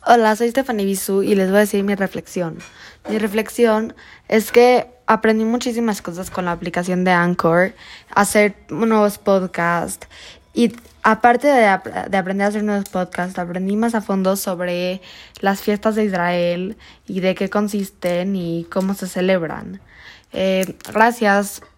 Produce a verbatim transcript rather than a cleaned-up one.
Hola, soy Stephanie Bisú y les voy a decir mi reflexión. Mi reflexión es que aprendí muchísimas cosas con la aplicación de Anchor, hacer nuevos podcasts y aparte de, ap- de aprender a hacer nuevos podcasts, aprendí más a fondo sobre las fiestas de Israel y de qué consisten y cómo se celebran. Eh, gracias.